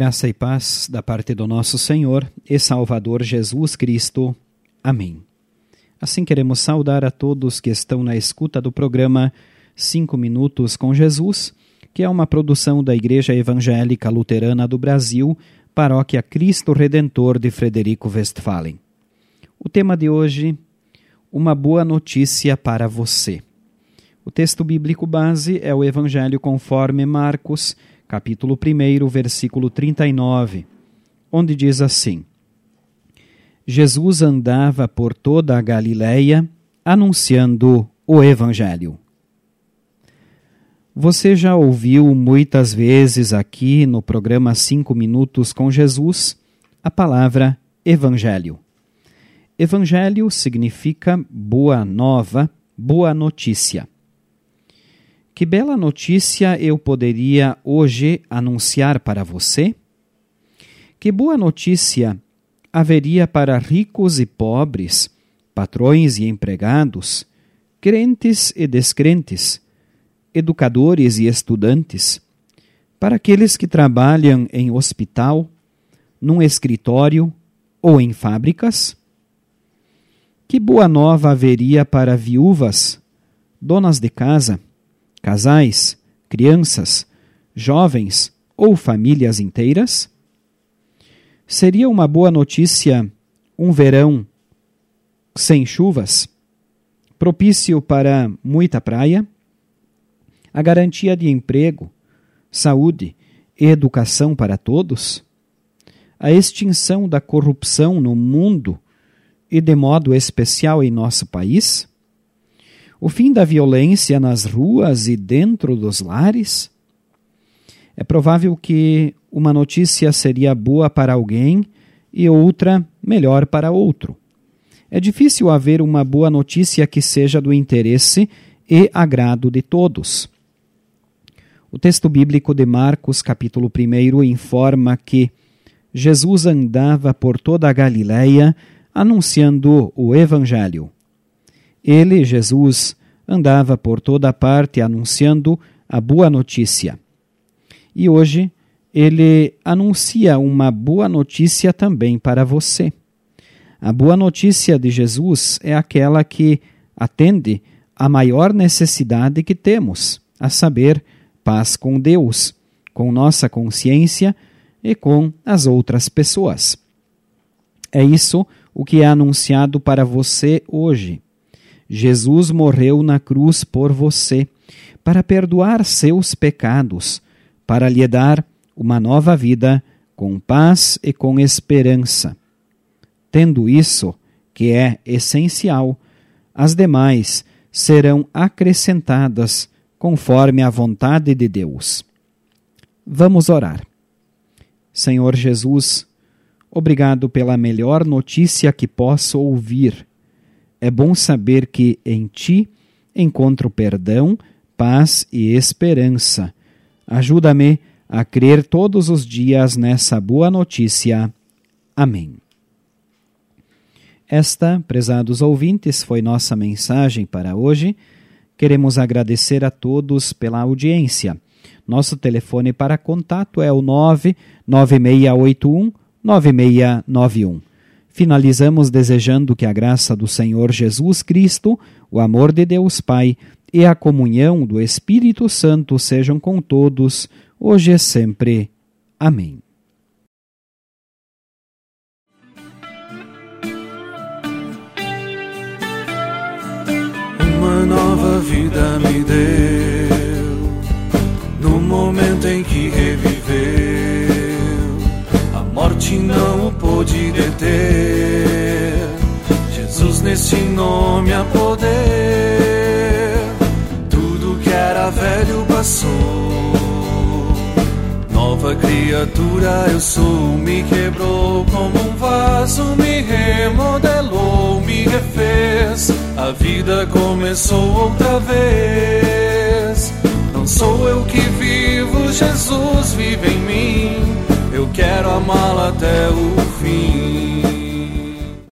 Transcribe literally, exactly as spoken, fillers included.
Graça e paz da parte do nosso Senhor e Salvador Jesus Cristo. Amém. Assim queremos saudar a todos que estão na escuta do programa Cinco Minutos com Jesus, que é uma produção da Igreja Evangélica Luterana do Brasil, Paróquia Cristo Redentor de Frederico Westphalen. O tema de hoje, uma boa notícia para você. O texto bíblico base é o Evangelho conforme Marcos, capítulo um, versículo trinta e nove, onde diz assim: Jesus andava por toda a Galileia, anunciando o Evangelho. Você já ouviu muitas vezes aqui no programa Cinco Minutos com Jesus a palavra Evangelho. Evangelho significa boa nova, boa notícia. Que bela notícia eu poderia hoje anunciar para você? Que boa notícia haveria para ricos e pobres, patrões e empregados, crentes e descrentes, educadores e estudantes, para aqueles que trabalham em hospital, num escritório ou em fábricas? Que boa nova haveria para viúvas, donas de casa, casais, crianças, jovens ou famílias inteiras? Seria uma boa notícia um verão sem chuvas, propício para muita praia, a garantia de emprego, saúde e educação para todos, a extinção da corrupção no mundo e de modo especial em nosso país, o fim da violência nas ruas e dentro dos lares? É provável que uma notícia seria boa para alguém e outra melhor para outro. É difícil haver uma boa notícia que seja do interesse e agrado de todos. O texto bíblico de Marcos, capítulo um, informa que Jesus andava por toda a Galileia anunciando o Evangelho. Ele, Jesus, andava por toda parte anunciando a boa notícia. E hoje, ele anuncia uma boa notícia também para você. A boa notícia de Jesus é aquela que atende à maior necessidade que temos, a saber, paz com Deus, com nossa consciência e com as outras pessoas. É isso o que é anunciado para você hoje. Jesus morreu na cruz por você, para perdoar seus pecados, para lhe dar uma nova vida com paz e com esperança. Tendo isso, que é essencial, as demais serão acrescentadas conforme a vontade de Deus. Vamos orar. Senhor Jesus, obrigado pela melhor notícia que posso ouvir. É bom saber que em Ti encontro perdão, paz e esperança. Ajuda-me a crer todos os dias nessa boa notícia. Amém. Esta, prezados ouvintes, foi nossa mensagem para hoje. Queremos agradecer a todos pela audiência. Nosso telefone para contato é o nove nove seis oito um nove seis nove um. Finalizamos desejando que a graça do Senhor Jesus Cristo, o amor de Deus Pai e a comunhão do Espírito Santo sejam com todos, hoje e sempre. Amém. Uma nova vida me deu, no momento em que reviveu. A morte não o pôde deter, Jesus nesse nome há poder. Tudo que era velho passou, nova criatura eu sou. Me quebrou como um vaso, me remodelou, me refez. A vida começou outra vez. Não sou eu que vivo, Jesus vive em mim. Eu quero amá-lo até o fim.